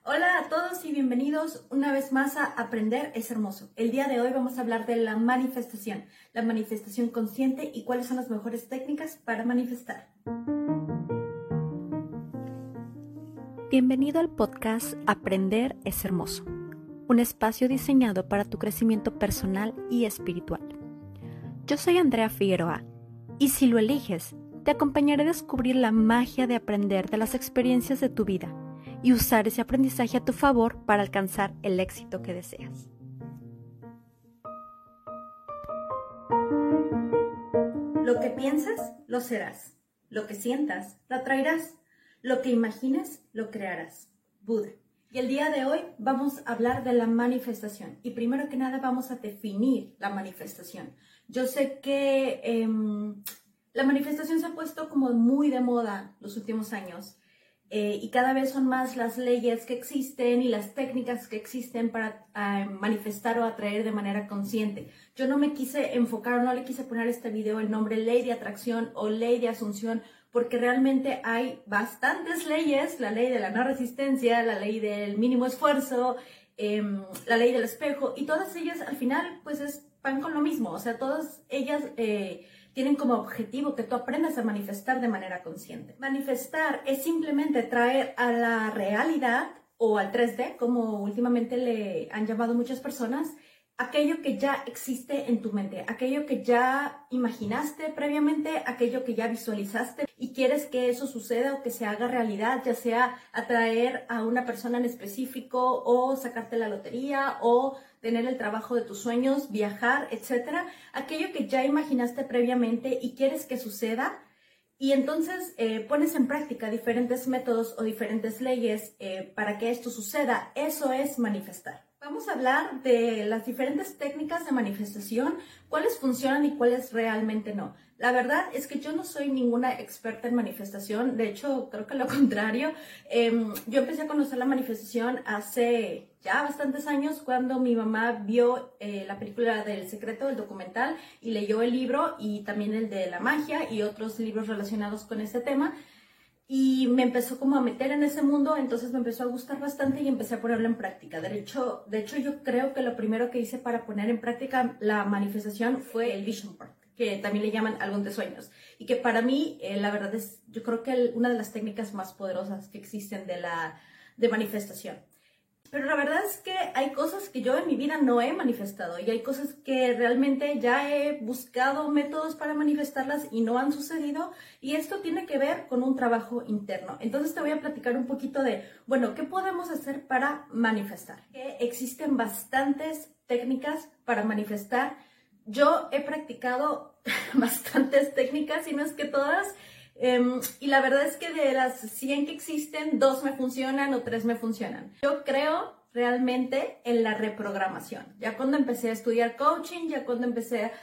Hola a todos y bienvenidos una vez más a Aprender es Hermoso. El día de hoy vamos a hablar de la manifestación consciente y cuáles son las mejores técnicas para manifestar. Bienvenido al podcast Aprender es Hermoso, un espacio diseñado para tu crecimiento personal y espiritual. Yo soy Andrea Figueroa y si lo eliges, te acompañaré a descubrir la magia de aprender de las experiencias de tu vida y usar ese aprendizaje a tu favor para alcanzar el éxito que deseas. Lo que piensas, lo serás. Lo que sientas, lo atraerás. Lo que imagines, lo crearás. Buda. Y el día de hoy vamos a hablar de la manifestación. Y primero que nada vamos a definir la manifestación. Yo sé que la manifestación se ha puesto como muy de moda los últimos años. Y cada vez son más las leyes que existen y las técnicas que existen para manifestar o atraer de manera consciente. Yo no me quise enfocar o no le quise poner a este video el nombre ley de atracción o ley de asunción, porque realmente hay bastantes leyes, la ley de la no resistencia, la ley del mínimo esfuerzo, la ley del espejo, y todas ellas al final pues van con lo mismo, o sea, todas ellas tienen como objetivo que tú aprendas a manifestar de manera consciente. Manifestar es simplemente traer a la realidad o al 3D, como últimamente le han llamado muchas personas, aquello que ya existe en tu mente, aquello que ya imaginaste previamente, aquello que ya visualizaste y quieres que eso suceda o que se haga realidad, ya sea atraer a una persona en específico o sacarte la lotería o tener el trabajo de tus sueños, viajar, etcétera, aquello que ya imaginaste previamente y quieres que suceda. Y entonces pones en práctica diferentes métodos o diferentes leyes para que esto suceda. Eso es manifestar. Vamos a hablar de las diferentes técnicas de manifestación, cuáles funcionan y cuáles realmente no. La verdad es que yo no soy ninguna experta en manifestación, de hecho creo que lo contrario. Yo empecé a conocer la manifestación hace ya bastantes años cuando mi mamá vio la película del Secreto, el documental, y leyó el libro y también el de la magia y otros libros relacionados con ese tema. Y me empezó como a meter en ese mundo, entonces me empezó a gustar bastante y empecé a ponerlo en práctica. De hecho, yo creo que lo primero que hice para poner en práctica la manifestación fue el Vision Board, que también le llaman álbum de sueños. Y que para mí, la verdad es, yo creo que una de las técnicas más poderosas que existen de manifestación. Pero la verdad es que hay cosas que yo en mi vida no he manifestado y hay cosas que realmente ya he buscado métodos para manifestarlas y no han sucedido, y esto tiene que ver con un trabajo interno. Entonces te voy a platicar un poquito de, bueno, ¿qué podemos hacer para manifestar? Que existen bastantes técnicas para manifestar. Yo he practicado bastantes técnicas, y no es que todas. Y la verdad es que de las 100 que existen, 2 me funcionan o 3 me funcionan. Yo creo realmente en la reprogramación. Ya cuando empecé a estudiar coaching, ya cuando empecé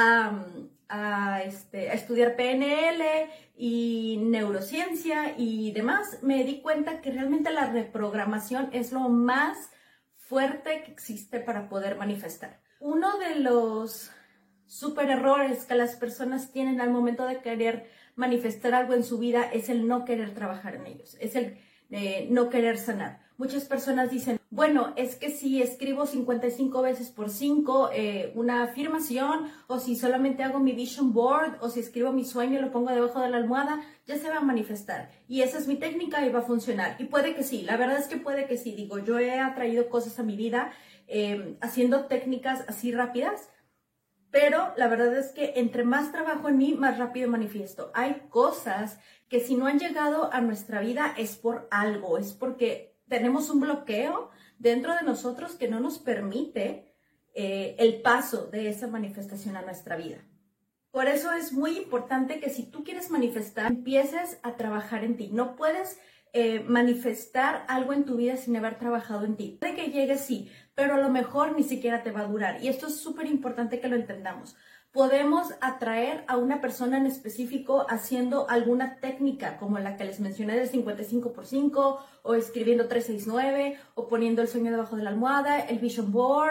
a estudiar PNL y neurociencia y demás, me di cuenta que realmente la reprogramación es lo más fuerte que existe para poder manifestar. Uno de los super errores que las personas tienen al momento de querer manifestar algo en su vida es el no querer trabajar en ellos, es el no querer sanar. Muchas personas dicen, bueno, es que si escribo 55 veces por 5 una afirmación, o si solamente hago mi vision board, o si escribo mi sueño y lo pongo debajo de la almohada, ya se va a manifestar. Y esa es mi técnica y va a funcionar. Y puede que sí, la verdad es que puede que sí. Digo, yo he atraído cosas a mi vida haciendo técnicas así rápidas. Pero la verdad es que entre más trabajo en mí, más rápido manifiesto. Hay cosas que si no han llegado a nuestra vida es por algo, es porque tenemos un bloqueo dentro de nosotros que no nos permite el paso de esa manifestación a nuestra vida. Por eso es muy importante que si tú quieres manifestar, empieces a trabajar en ti. No puedes manifestar algo en tu vida sin haber trabajado en ti. Puede que llegue, sí, pero a lo mejor ni siquiera te va a durar. Y esto es súper importante que lo entendamos. Podemos atraer a una persona en específico haciendo alguna técnica como la que les mencioné del 55x5 o escribiendo 369 o poniendo el sueño debajo de la almohada, el vision board,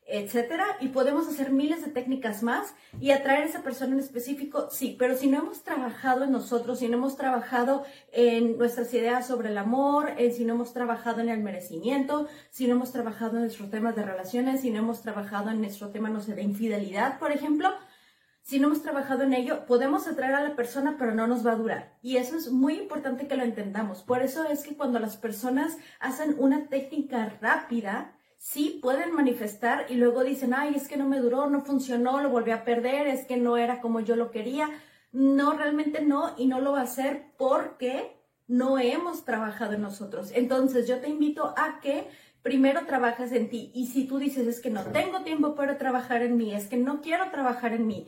etcétera, y podemos hacer miles de técnicas más y atraer a esa persona en específico, sí, pero si no hemos trabajado en nosotros, si no hemos trabajado en nuestras ideas sobre el amor, si no hemos trabajado en el merecimiento, si no hemos trabajado en nuestros temas de relaciones, si no hemos trabajado en nuestro tema, no sé, de infidelidad, por ejemplo, si no hemos trabajado en ello, podemos atraer a la persona, pero no nos va a durar. Y eso es muy importante que lo entendamos. Por eso es que cuando las personas hacen una técnica rápida, sí pueden manifestar y luego dicen, ay, es que no me duró, no funcionó, lo volví a perder, es que no era como yo lo quería. No, realmente no, y no lo va a hacer porque no hemos trabajado en nosotros. Entonces, yo te invito a que primero trabajes en ti. Y si tú dices, es que no tengo tiempo para trabajar en mí, es que no quiero trabajar en mí,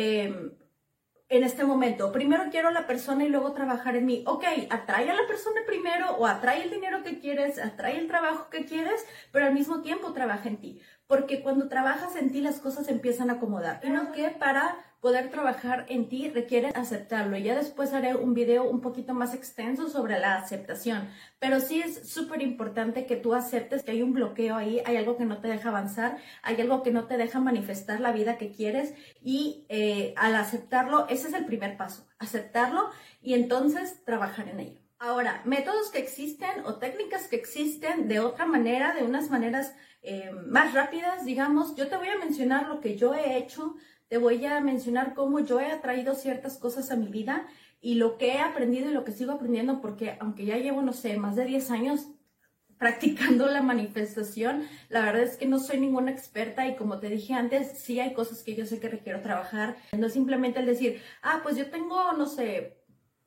en este momento, primero quiero a la persona y luego trabajar en mí. Ok, atrae a la persona primero o atrae el dinero que quieres, atrae el trabajo que quieres, pero al mismo tiempo trabaja en ti. Porque cuando trabajas en ti las cosas empiezan a acomodar. Sino que para poder trabajar en ti requiere aceptarlo. Y ya después haré un video un poquito más extenso sobre la aceptación. Pero sí es súper importante que tú aceptes que hay un bloqueo ahí, hay algo que no te deja avanzar, hay algo que no te deja manifestar la vida que quieres y al aceptarlo, ese es el primer paso, aceptarlo y entonces trabajar en ello. Ahora, métodos que existen o técnicas que existen de otra manera, de unas maneras más rápidas, digamos, yo te voy a mencionar lo que yo he hecho, te voy a mencionar cómo yo he atraído ciertas cosas a mi vida y lo que he aprendido y lo que sigo aprendiendo, porque aunque ya llevo, no sé, más de 10 años practicando la manifestación, la verdad es que no soy ninguna experta y como te dije antes, sí hay cosas que yo sé que requiero trabajar. No es simplemente el decir, ah, pues yo tengo, no sé,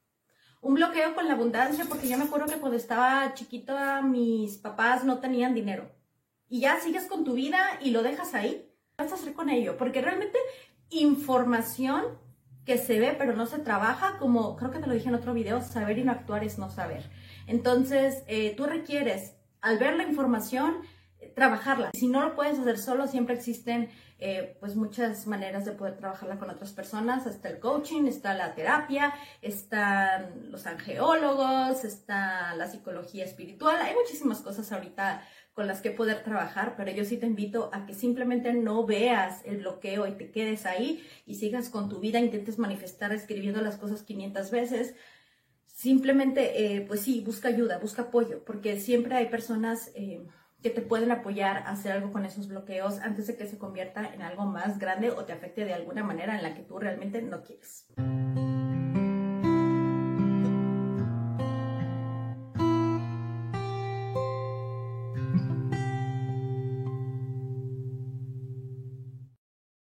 un bloqueo con la abundancia porque yo me acuerdo que cuando estaba chiquita mis papás no tenían dinero. Y ya sigues con tu vida y lo dejas ahí. ¿Qué vas a hacer con ello? Porque realmente información que se ve pero no se trabaja, como creo que te lo dije en otro video, saber y no actuar es no saber. Entonces, tú requieres, al ver la información, trabajarla. Si no lo puedes hacer solo, siempre existen pues muchas maneras de poder trabajarla con otras personas. Está el coaching, está la terapia, están los angeólogos, está la psicología espiritual. Hay muchísimas cosas ahorita con las que poder trabajar, pero yo sí te invito a que simplemente no veas el bloqueo y te quedes ahí y sigas con tu vida, intentes manifestar escribiendo las cosas 500 veces. Simplemente, pues sí, busca ayuda, busca apoyo, porque siempre hay personas que te pueden apoyar a hacer algo con esos bloqueos antes de que se convierta en algo más grande o te afecte de alguna manera en la que tú realmente no quieres.